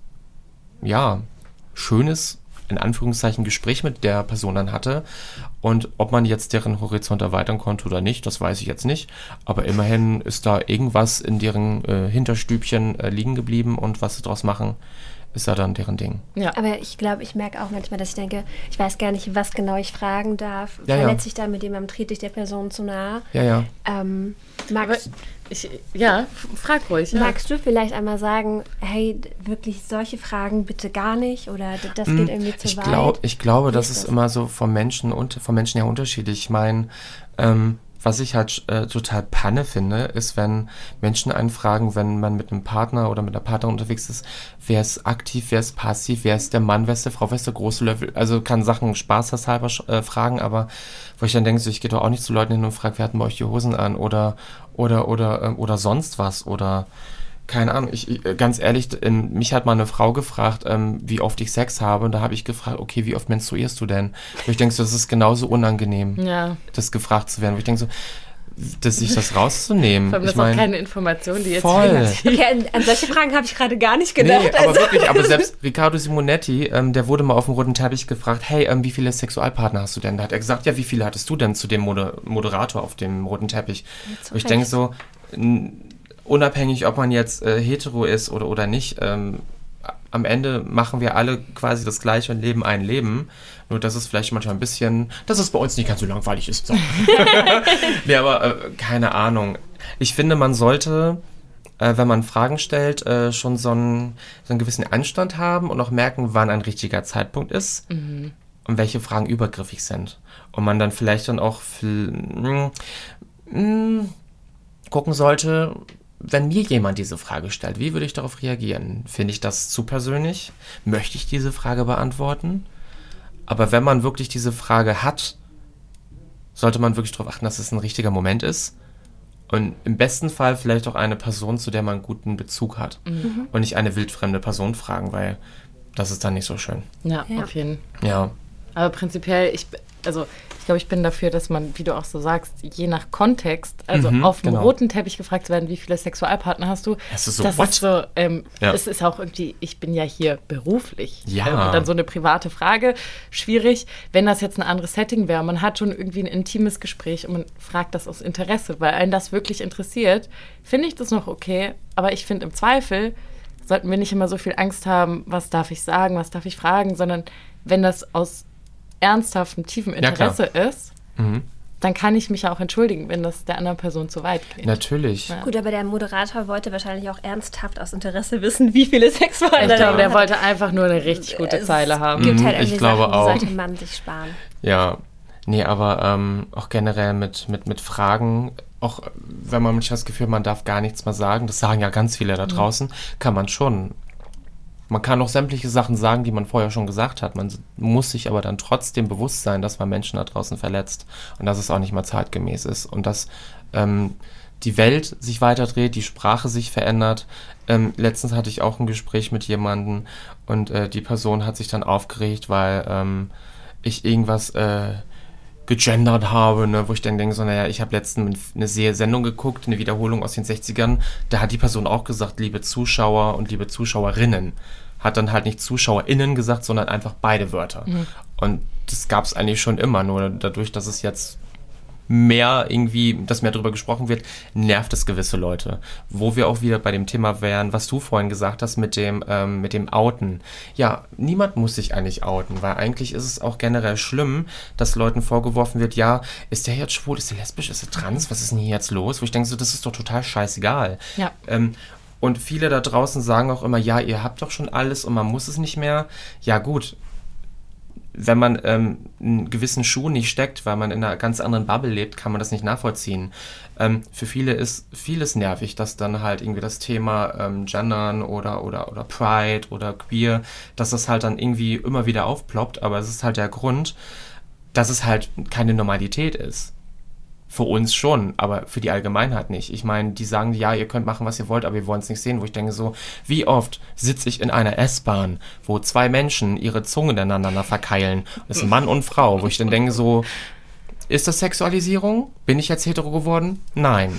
schönes, in Anführungszeichen, Gespräch mit der Person dann hatte. Und ob man jetzt deren Horizont erweitern konnte oder nicht, das weiß ich jetzt nicht. Aber immerhin ist da irgendwas in deren Hinterstübchen liegen geblieben und was sie draus machen, ist ja dann deren Ding. Ja. Aber ich glaube, ich merke auch manchmal, dass ich denke, ich weiß gar nicht, was genau ich fragen darf. Verletze ich da mit jemandem, trete ich der Person zu nahe? Ja. Frag ruhig. Ja. Magst du vielleicht einmal sagen, hey, wirklich solche Fragen bitte gar nicht oder das geht irgendwie zu weit? Ich glaube, das ist immer so vom Menschen her unterschiedlich. Ich meine, was ich halt total Panne finde, ist, wenn Menschen einen fragen, wenn man mit einem Partner oder mit einer Partnerin unterwegs ist, wer ist aktiv, wer ist passiv, wer ist der Mann, wer ist der Frau, wer ist der große Löffel. Also kann Sachen spaßhalber fragen, aber wo ich dann denke, so, ich gehe doch auch nicht zu Leuten hin und frage, wer hat denn bei euch die Hosen an oder sonst was oder keine Ahnung. Ganz ehrlich, mich hat mal eine Frau gefragt, wie oft ich Sex habe. Und da habe ich gefragt, okay, wie oft menstruierst du denn? Und ich denke so, das ist genauso unangenehm, das gefragt zu werden. Wo ich denke so, sich das rauszunehmen. Das ist auch keine Information, die jetzt... Voll. Okay, an solche Fragen habe ich gerade gar nicht gedacht. Nee, aber wirklich, aber selbst Riccardo Simonetti, der wurde mal auf dem roten Teppich gefragt, hey, wie viele Sexualpartner hast du denn? Da hat er gesagt, ja, wie viele hattest du denn zu dem Moderator auf dem roten Teppich? Und ich denke so... Unabhängig, ob man jetzt hetero ist oder nicht, am Ende machen wir alle quasi das Gleiche und leben ein Leben. Nur, dass es vielleicht manchmal ein bisschen, dass es bei uns nicht ganz so langweilig ist. So. Nee, aber keine Ahnung. Ich finde, man sollte, wenn man Fragen stellt, schon so einen gewissen Anstand haben und auch merken, wann ein richtiger Zeitpunkt ist und welche Fragen übergriffig sind. Und man dann vielleicht dann auch gucken sollte, wenn mir jemand diese Frage stellt, wie würde ich darauf reagieren? Finde ich das zu persönlich? Möchte ich diese Frage beantworten? Aber wenn man wirklich diese Frage hat, sollte man wirklich darauf achten, dass es ein richtiger Moment ist Und im besten Fall vielleicht auch eine Person, zu der man einen guten Bezug hat. Und nicht eine wildfremde Person fragen, weil das ist dann nicht so schön. Ja, auf jeden Fall. Ja. Aber prinzipiell, ich glaube, ich bin dafür, dass man, wie du auch so sagst, je nach Kontext, also auf dem roten Teppich gefragt zu werden, wie viele Sexualpartner hast du? Das ist so, es ist auch irgendwie, ich bin ja hier beruflich. Ja. Und dann so eine private Frage, schwierig. Wenn das jetzt ein anderes Setting wäre, man hat schon irgendwie ein intimes Gespräch und man fragt das aus Interesse, weil einen das wirklich interessiert, finde ich das noch okay. Aber ich finde, im Zweifel sollten wir nicht immer so viel Angst haben, was darf ich sagen, was darf ich fragen, sondern wenn das aus ernsthaftem, tiefem Interesse ist, dann kann ich mich ja auch entschuldigen, wenn das der anderen Person zu weit geht. Natürlich. Gut, aber der Moderator wollte wahrscheinlich auch ernsthaft aus Interesse wissen, wie viele Sexualpartner Ich glaube, der wollte einfach nur eine richtig gute Zeile haben. Es gibt halt irgendwie ich glaube Sachen, auch. die sollte man sich sparen. Ja, nee, aber auch generell mit Fragen, auch wenn man manchmal das Gefühl hat, man darf gar nichts mehr sagen, das sagen ja ganz viele da draußen, kann man schon. Man kann auch sämtliche Sachen sagen, die man vorher schon gesagt hat. Man muss sich aber dann trotzdem bewusst sein, dass man Menschen da draußen verletzt und dass es auch nicht mal zeitgemäß ist und dass die Welt sich weiterdreht, die Sprache sich verändert. Letztens hatte ich auch ein Gespräch mit jemandem und die Person hat sich dann aufgeregt, weil ich irgendwas gegendert habe, ne, wo ich dann denke, so, naja, ich habe letztens eine Sendung geguckt, eine Wiederholung aus den 60ern, da hat die Person auch gesagt, liebe Zuschauer und liebe Zuschauerinnen, hat dann halt nicht ZuschauerInnen gesagt, sondern einfach beide Wörter. Und das gab es eigentlich schon immer, nur dadurch, dass es jetzt mehr drüber gesprochen wird, nervt es gewisse Leute. Wo wir auch wieder bei dem Thema wären, was du vorhin gesagt hast mit dem Outen. Ja, niemand muss sich eigentlich outen, weil eigentlich ist es auch generell schlimm, dass Leuten vorgeworfen wird, ja, ist der jetzt schwul, ist der lesbisch, ist der trans, was ist denn hier jetzt los? Wo ich denke so, das ist doch total scheißegal. Ja. Und viele da draußen sagen auch immer, ja, ihr habt doch schon alles und man muss es nicht mehr. Ja gut, wenn man einen gewissen Schuh nicht steckt, weil man in einer ganz anderen Bubble lebt, kann man das nicht nachvollziehen. Für viele ist vieles nervig, dass dann halt irgendwie das Thema Gendern oder Pride oder Queer, dass das halt dann irgendwie immer wieder aufploppt, aber es ist halt der Grund, dass es halt keine Normalität ist. Für uns schon, aber für die Allgemeinheit nicht. Ich meine, die sagen, ja, ihr könnt machen, was ihr wollt, aber wir wollen es nicht sehen. Wo ich denke so, wie oft sitze ich in einer S-Bahn, wo zwei Menschen ihre Zungen ineinander verkeilen. Das ist Mann und Frau. Wo ich dann denke so, ist das Sexualisierung? Bin ich jetzt hetero geworden? Nein.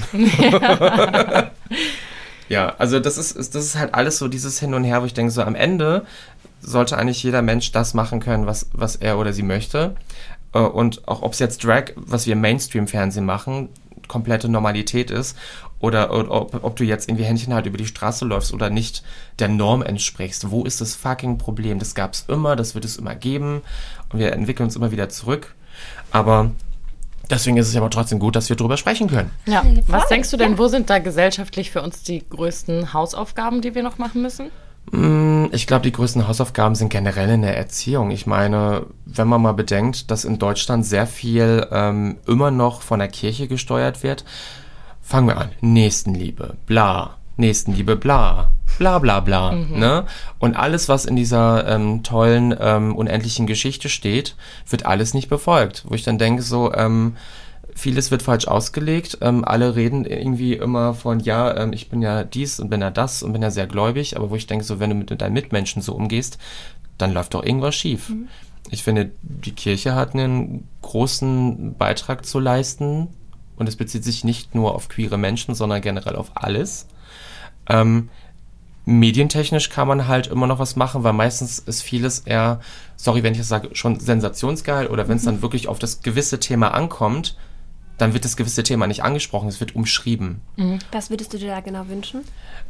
Ja, also das ist halt alles so dieses Hin und Her, wo ich denke so, am Ende sollte eigentlich jeder Mensch das machen können, was er oder sie möchte. Und auch ob es jetzt Drag, was wir im Mainstream-Fernsehen machen, komplette Normalität ist oder ob du jetzt irgendwie Händchen halt über die Straße läufst oder nicht der Norm entsprichst. Wo ist das fucking Problem? Das gab es immer, das wird es immer geben und wir entwickeln uns immer wieder zurück. Aber deswegen ist es aber trotzdem gut, dass wir drüber sprechen können. Ja. Was denkst du denn, wo sind da gesellschaftlich für uns die größten Hausaufgaben, die wir noch machen müssen? Ich glaube, die größten Hausaufgaben sind generell in der Erziehung. Ich meine, wenn man mal bedenkt, dass in Deutschland sehr viel immer noch von der Kirche gesteuert wird, fangen wir an. Nächstenliebe, bla. Nächstenliebe, bla. Bla, bla, bla. Ne? Und alles, was in dieser tollen, unendlichen Geschichte steht, wird alles nicht befolgt. Wo ich dann denke, so, vieles wird falsch ausgelegt. Alle reden irgendwie immer von, ja, ich bin ja dies und bin ja das und bin ja sehr gläubig. Aber wo ich denke, so, wenn du mit deinen Mitmenschen so umgehst, dann läuft doch irgendwas schief. Ich finde, die Kirche hat einen großen Beitrag zu leisten. Und es bezieht sich nicht nur auf queere Menschen, sondern generell auf alles. Medientechnisch kann man halt immer noch was machen, weil meistens ist vieles eher, sorry, wenn ich das sage, schon sensationsgeil. Oder wenn es dann wirklich auf das gewisse Thema ankommt, dann wird das gewisse Thema nicht angesprochen, es wird umschrieben. Was würdest du dir da genau wünschen?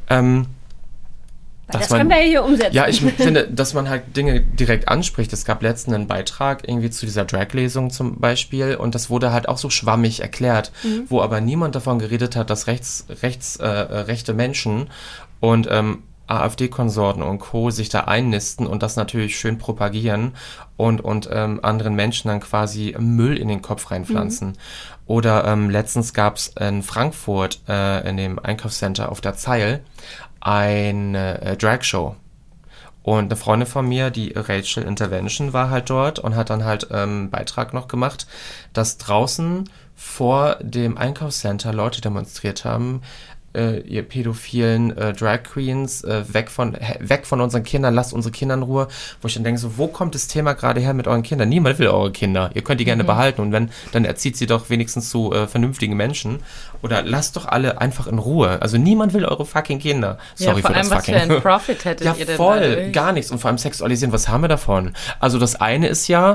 Das können wir ja hier umsetzen. Ja, ich finde, dass man halt Dinge direkt anspricht. Es gab letztens einen Beitrag irgendwie zu dieser Drag-Lesung zum Beispiel und das wurde halt auch so schwammig erklärt, wo aber niemand davon geredet hat, dass rechte Menschen und AfD-Konsorten und Co. sich da einnisten und das natürlich schön propagieren und anderen Menschen dann quasi Müll in den Kopf reinpflanzen. Oder letztens gab es in Frankfurt in dem Einkaufscenter auf der Zeil eine Drag-Show. Und eine Freundin von mir, die Rachel Intervention, war halt dort und hat dann halt einen Beitrag noch gemacht, dass draußen vor dem Einkaufscenter Leute demonstriert haben, ihr pädophilen Drag Queens, weg von unseren Kindern, lasst unsere Kinder in Ruhe, wo ich dann denke, so, wo kommt das Thema gerade her mit euren Kindern? Niemand will eure Kinder, ihr könnt die gerne behalten und wenn, dann erzieht sie doch wenigstens zu vernünftigen Menschen oder lasst doch alle einfach in Ruhe, also niemand will eure fucking Kinder. Sorry vor für allem, das fucking. Was für ein Profit hättet Ja, ihr denn voll, dadurch? gar nichts und vor allem sexualisieren, was haben wir davon? Also das eine ist ja,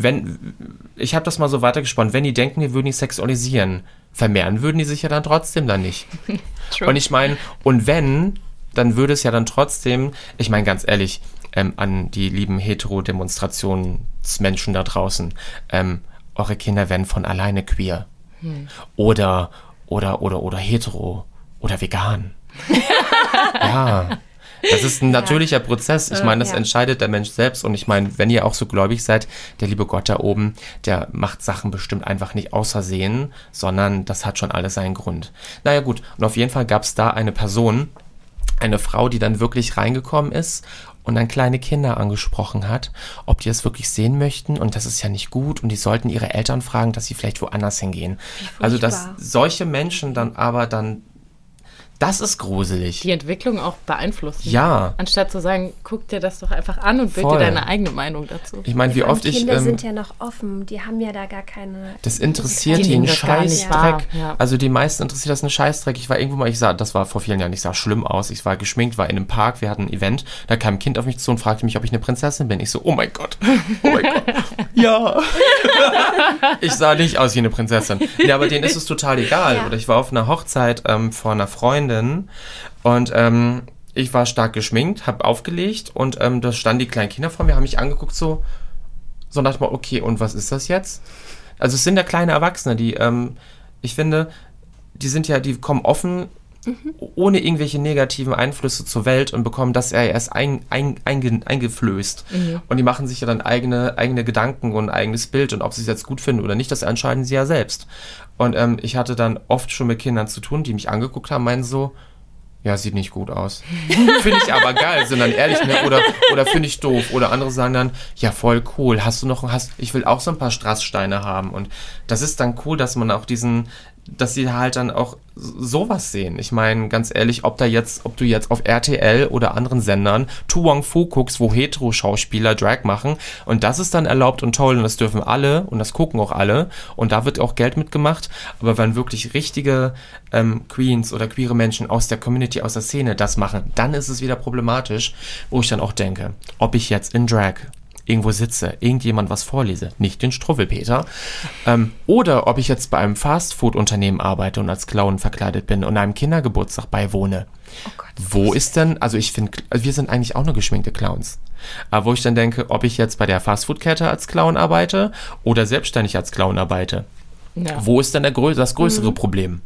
ich habe das mal so weitergesponnen, wenn die denken, wir würden die sexualisieren, vermehren würden die sich ja dann trotzdem dann nicht. Und ich meine, und wenn, dann würde es ja dann trotzdem, ich meine ganz ehrlich, an die lieben Hetero-Demonstrationsmenschen da draußen, eure Kinder werden von alleine queer. Oder hetero oder vegan. Ja. Das ist ein natürlicher Prozess. Ich meine, das entscheidet der Mensch selbst. Und ich meine, wenn ihr auch so gläubig seid, der liebe Gott da oben, der macht Sachen bestimmt einfach nicht aus Versehen, sondern das hat schon alles seinen Grund. Naja gut, und auf jeden Fall gab es da eine Person, eine Frau, die dann wirklich reingekommen ist und dann kleine Kinder angesprochen hat, ob die das wirklich sehen möchten und das ist ja nicht gut und die sollten ihre Eltern fragen, dass sie vielleicht woanders hingehen. Also, dass solche Menschen dann aber dann das ist gruselig. Die Entwicklung auch beeinflussen. Ja. Anstatt zu sagen, guck dir das doch einfach an und bild dir deine eigene Meinung dazu. Ich meine, wie oft Kinder sind ja noch offen, die haben ja da gar keine... Das interessiert die einen Scheißdreck. Ja. Also die meisten interessiert das einen Scheißdreck. Ich war irgendwo mal, das war vor vielen Jahren, ich sah schlimm aus. Ich war geschminkt, war in einem Park, wir hatten ein Event, da kam ein Kind auf mich zu und fragte mich, ob ich eine Prinzessin bin. Ich so, oh mein Gott. Ja. Ich sah nicht aus wie eine Prinzessin. Ja, aber denen ist es total egal. Ja. Oder ich war auf einer Hochzeit von einer Freundin und ich war stark geschminkt, habe aufgelegt und da standen die kleinen Kinder vor mir, haben mich angeguckt so dachte ich mal, okay, und was ist das jetzt? Also es sind ja kleine Erwachsene, die, ich finde, die kommen offen, ohne irgendwelche negativen Einflüsse zur Welt und bekommen das ja erst eingeflößt. Und die machen sich ja dann eigene Gedanken und ein eigenes Bild und ob sie es jetzt gut finden oder nicht, das entscheiden sie ja selbst. Und ich hatte dann oft schon mit Kindern zu tun, die mich angeguckt haben, meinen so, ja, sieht nicht gut aus. Finde ich aber geil, sind dann ehrlich, ne? Oder finde ich doof. Oder andere sagen dann, ja, voll cool, ich will auch so ein paar Strasssteine haben. Und das ist dann cool, dass man auch dass sie halt dann auch sowas sehen. Ich meine, ganz ehrlich, ob du jetzt auf RTL oder anderen Sendern To Wong Fu guckst, wo Hetero-Schauspieler Drag machen und das ist dann erlaubt und toll und das dürfen alle und das gucken auch alle und da wird auch Geld mitgemacht, aber wenn wirklich richtige Queens oder queere Menschen aus der Community, aus der Szene das machen, dann ist es wieder problematisch, wo ich dann auch denke, ob ich jetzt in Drag irgendwo sitze, irgendjemand was vorlese, nicht den Struwwelpeter, oder ob ich jetzt bei einem Fastfood-Unternehmen arbeite und als Clown verkleidet bin und einem Kindergeburtstag beiwohne. Oh Gott, wo ist denn, also ich finde, wir sind eigentlich auch nur geschminkte Clowns, aber wo ich dann denke, ob ich jetzt bei der Fastfood-Kette als Clown arbeite oder selbstständig als Clown arbeite, wo ist denn das größere Problem?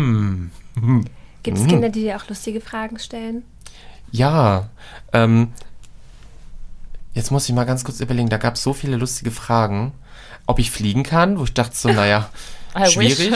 Gibt es Kinder, die dir auch lustige Fragen stellen? Ja, jetzt muss ich mal ganz kurz überlegen, da gab es so viele lustige Fragen, ob ich fliegen kann, wo ich dachte so, naja, schwierig.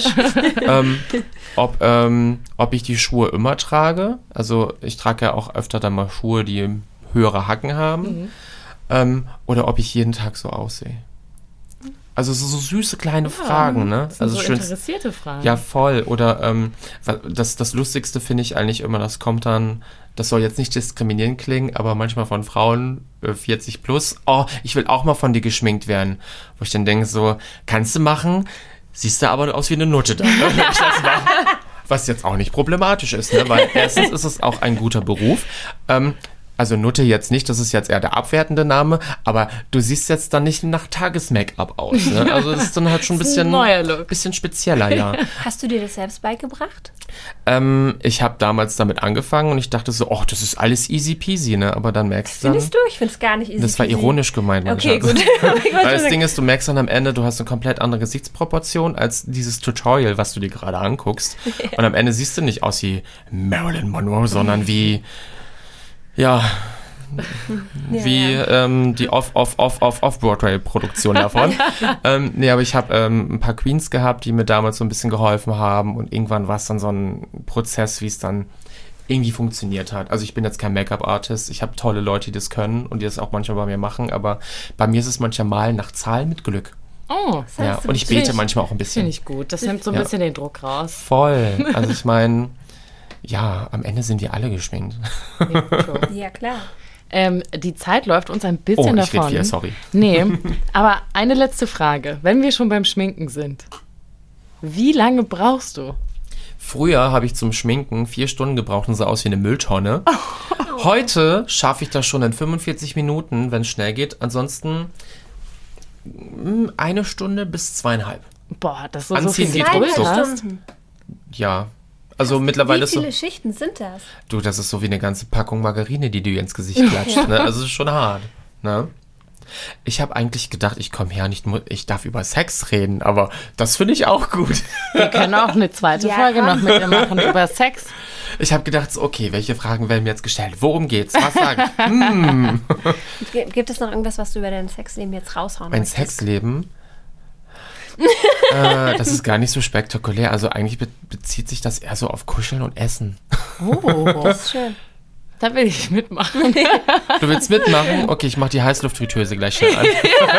Ob ich die Schuhe immer trage, also ich trage ja auch öfter dann mal Schuhe, die höhere Hacken haben, oder ob ich jeden Tag so aussehe. Also so süße kleine Fragen, ne? Das sind also so interessierte Fragen. Ja, voll. Oder das Lustigste finde ich eigentlich immer, das kommt dann, das soll jetzt nicht diskriminierend klingen, aber manchmal von Frauen 40 plus, oh, ich will auch mal von dir geschminkt werden. Wo ich dann denke so, kannst du machen, siehst du aber aus wie eine Nutte da. Ne? Was jetzt auch nicht problematisch ist, ne? Weil erstens ist es auch ein guter Beruf. Also Nutte jetzt nicht, das ist jetzt eher der abwertende Name, aber du siehst jetzt dann nicht nach Tages-Make-up aus. Ne? Also das ist dann halt schon ein bisschen spezieller, ja. Hast du dir das selbst beigebracht? Ich habe damals damit angefangen und ich dachte so, oh, das ist alles easy peasy, ne? Aber dann merkst du dann... Findest du? Ich finde es gar nicht easy peasy. Das war ironisch gemeint, mein Okay, Schatz. gut. Weil das Ding ist, du merkst dann am Ende, du hast eine komplett andere Gesichtsproportion als dieses Tutorial, was du dir gerade anguckst. Ja. Und am Ende siehst du nicht aus wie Marilyn Monroe, sondern wie... Ja, wie die Off-Broadway-Produktion davon. Aber ich habe ein paar Queens gehabt, die mir damals so ein bisschen geholfen haben und irgendwann war es dann so ein Prozess, wie es dann irgendwie funktioniert hat. Also ich bin jetzt kein Make-up-Artist, ich habe tolle Leute, die das können und die das auch manchmal bei mir machen, aber bei mir ist es manchmal Malen nach Zahlen mit Glück. Oh, Ja, und ich bete manchmal auch ein bisschen. finde ich gut. Das nimmt so ein bisschen den Druck raus. Voll. Also ich meine, ja, am Ende sind wir alle geschminkt. Ja, klar. Die Zeit läuft uns ein bisschen ich davon. red viel, sorry. Nee, aber eine letzte Frage. Wenn wir schon beim Schminken sind, wie lange brauchst du? Früher habe ich zum Schminken 4 Stunden gebraucht und sah aus wie eine Mülltonne. Heute schaffe ich das schon in 45 Minuten, wenn es schnell geht. Ansonsten 1 Stunde bis 2,5. Boah, das ist so Anziehen viel geht Geduld ruckzuck. hast. Stunden. Ja. Also mittlerweile Wie ist so, viele Schichten sind das? du, das ist so wie eine ganze Packung Margarine, die du dir ins Gesicht klatscht. Ne? Also es ist schon hart. Ne? Ich habe eigentlich gedacht, ich komme her und ich darf über Sex reden, aber das finde ich auch gut. Wir können auch eine zweite Ja, Folge noch komm. mit dir machen über Sex. Ich habe gedacht, so, okay, welche Fragen werden mir jetzt gestellt? Worum geht's? Was sagen? Gibt es noch irgendwas, was du über dein Sexleben jetzt raushauen Mein möchtest? Sexleben? Das ist gar nicht so spektakulär. Also eigentlich bezieht sich das eher so auf Kuscheln und Essen. Oh, Das ist schön. da will ich mitmachen. Du willst mitmachen? Okay, ich mache die Heißluftfritteuse gleich schnell an.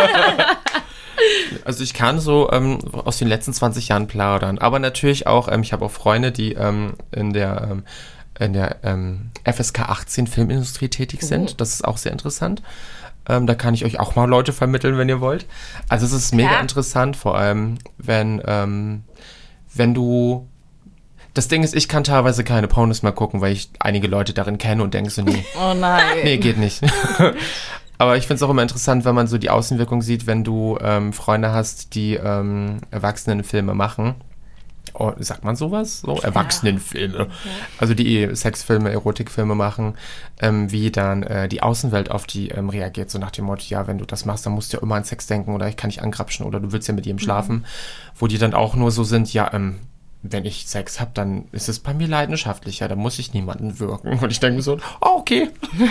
Also ich kann so aus den letzten 20 Jahren plaudern. Aber natürlich auch, ich habe auch Freunde, die in der FSK 18 Filmindustrie tätig sind. Das ist auch sehr interessant. Da kann ich euch auch mal Leute vermitteln, wenn ihr wollt. Also es ist mega Klar. interessant, vor allem, wenn du... Das Ding ist, ich kann teilweise keine Pornos mehr gucken, weil ich einige Leute darin kenne und denke so, nee, Oh nein. nee, geht nicht. Aber ich finde es auch immer interessant, wenn man so die Außenwirkung sieht, wenn du Freunde hast, die Erwachsenenfilme machen. Oh, sagt man sowas? So, Erwachsenenfilme. Also die Sexfilme, Erotikfilme machen, wie dann die Außenwelt auf die reagiert. So nach dem Motto, ja, wenn du das machst, dann musst du ja immer an Sex denken oder ich kann dich angrapschen oder du willst ja mit ihm schlafen. Wo die dann auch nur so sind, ja, wenn ich Sex habe, dann ist es bei mir leidenschaftlicher, da muss ich niemanden wirken. Und ich denke mir so, oh, okay.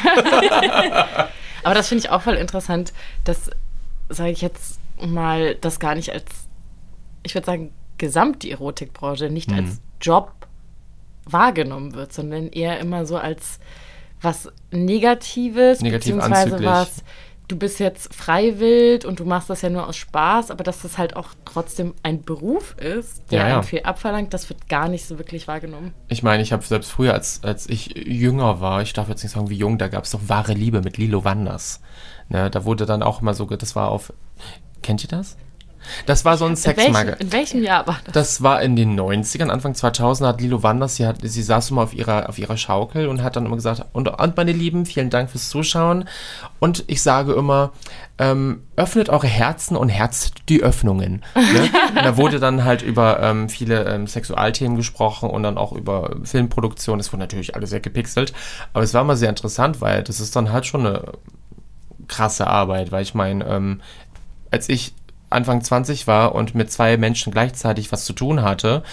Aber das finde ich auch voll interessant, dass, sage ich jetzt mal, das gar nicht als, ich würde sagen, gesamt die Erotikbranche nicht als Job wahrgenommen wird, sondern eher immer so als was Negatives, Negativ beziehungsweise anzüglich. was, du bist jetzt freiwillig und du machst das ja nur aus Spaß, aber dass das halt auch trotzdem ein Beruf ist, der Ja. einem viel abverlangt, das wird gar nicht so wirklich wahrgenommen. Ich meine, ich habe selbst früher, als ich jünger war, ich darf jetzt nicht sagen wie jung, da gab es doch Wahre Liebe mit Lilo Wanders. Ne, da wurde dann auch immer so, das war auf, kennt ihr das? Das war so ein Sexmagazin. In welchem Jahr war das? Das war in den 90ern, Anfang 2000 hat Lilo Wanders, sie saß immer auf ihrer Schaukel und hat dann immer gesagt, und meine Lieben, vielen Dank fürs Zuschauen. Und ich sage immer, öffnet eure Herzen und herzt die Öffnungen. Ne? Und da wurde dann halt über viele Sexualthemen gesprochen und dann auch über Filmproduktion. Es wurde natürlich alles sehr gepixelt, aber es war mal sehr interessant, weil das ist dann halt schon eine krasse Arbeit, weil ich meine, als ich Anfang 20 war und mit 2 Menschen gleichzeitig was zu tun hatte,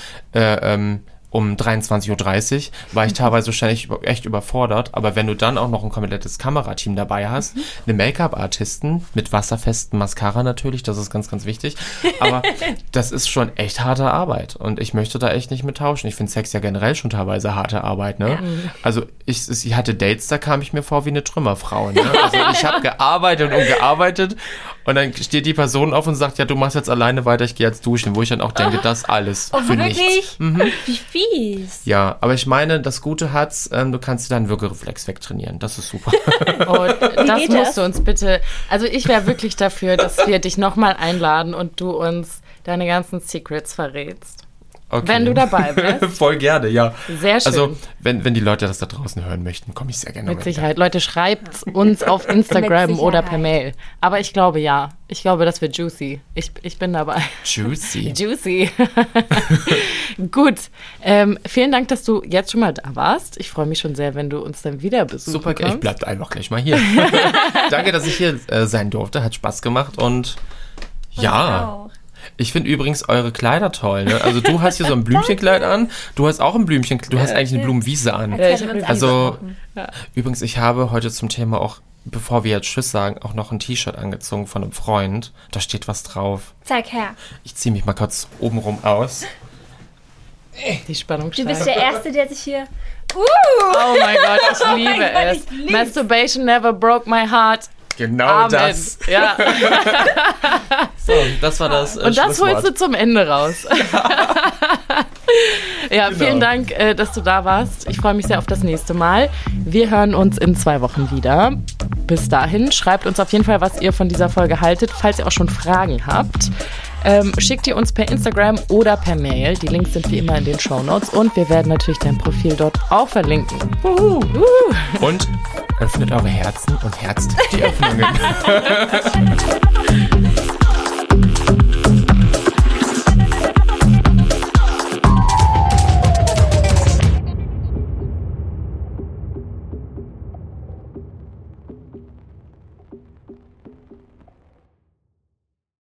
um 23.30 Uhr, war ich teilweise wahrscheinlich echt überfordert. Aber wenn du dann auch noch ein komplettes Kamerateam dabei hast, eine Make-up-Artistin mit wasserfestem Mascara natürlich, das ist ganz, ganz wichtig. Aber das ist schon echt harte Arbeit und ich möchte da echt nicht mit tauschen. Ich finde Sex ja generell schon teilweise harte Arbeit, ne? Also ich hatte Dates, da kam ich mir vor wie eine Trümmerfrau, ne? Also ich habe gearbeitet und gearbeitet und dann steht die Person auf und sagt, ja, du machst jetzt alleine weiter, ich gehe jetzt duschen, wo ich dann auch denke, das alles für nichts. Wie fies. Ja, aber ich meine, das Gute hat's, du kannst dir deinen Würgereflex wegtrainieren. Das ist super. Oh, das geht musst das? du uns bitte, also ich wäre wirklich dafür, dass wir dich nochmal einladen und du uns deine ganzen Secrets verrätst. Okay. Wenn du dabei bist. Voll gerne, ja. Sehr schön. Also, wenn die Leute das da draußen hören möchten, komme ich sehr gerne Mit wieder. Sicherheit. Leute, schreibt uns auf Instagram Mit oder Sicherheit. per Mail. Aber ich glaube, ja. Ich glaube, das wird juicy. Ich bin dabei. Juicy. Juicy. Gut. Vielen Dank, dass du jetzt schon mal da warst. Ich freue mich schon sehr, wenn du uns dann wieder besuchst. Super, ich bleib einfach gleich mal hier. Danke, dass ich hier sein durfte. Hat Spaß gemacht und ja. Auch. Ich finde übrigens eure Kleider toll. Ne? Also du hast hier so ein Blümchenkleid an. Du hast auch ein Blümchen. Du hast eigentlich eine Blumenwiese an. Ja, ich hätten wir uns hab Also abgesprochen. übrigens, ich habe heute zum Thema auch, bevor wir jetzt Tschüss sagen, auch noch ein T-Shirt angezogen von einem Freund. Da steht was drauf. Zeig her. Ich ziehe mich mal kurz obenrum aus. Die Spannung Du bist steigt. der Erste, der sich hier... Oh mein Gott, ich liebe Gott, es. ich lieb's. Masturbation never broke my heart. Genau Amen. das. Ja. So, das war das Und das holst du zum Ende raus. Ja, Genau. vielen Dank, dass du da warst. Ich freue mich sehr auf das nächste Mal. Wir hören uns in 2 Wochen wieder. Bis dahin, schreibt uns auf jeden Fall, was ihr von dieser Folge haltet. Falls ihr auch schon Fragen habt, schickt ihr uns per Instagram oder per Mail. Die Links sind wie immer in den Shownotes. Und wir werden natürlich dein Profil dort auch verlinken. Und öffnet eure Herzen und herzt die Öffnungen.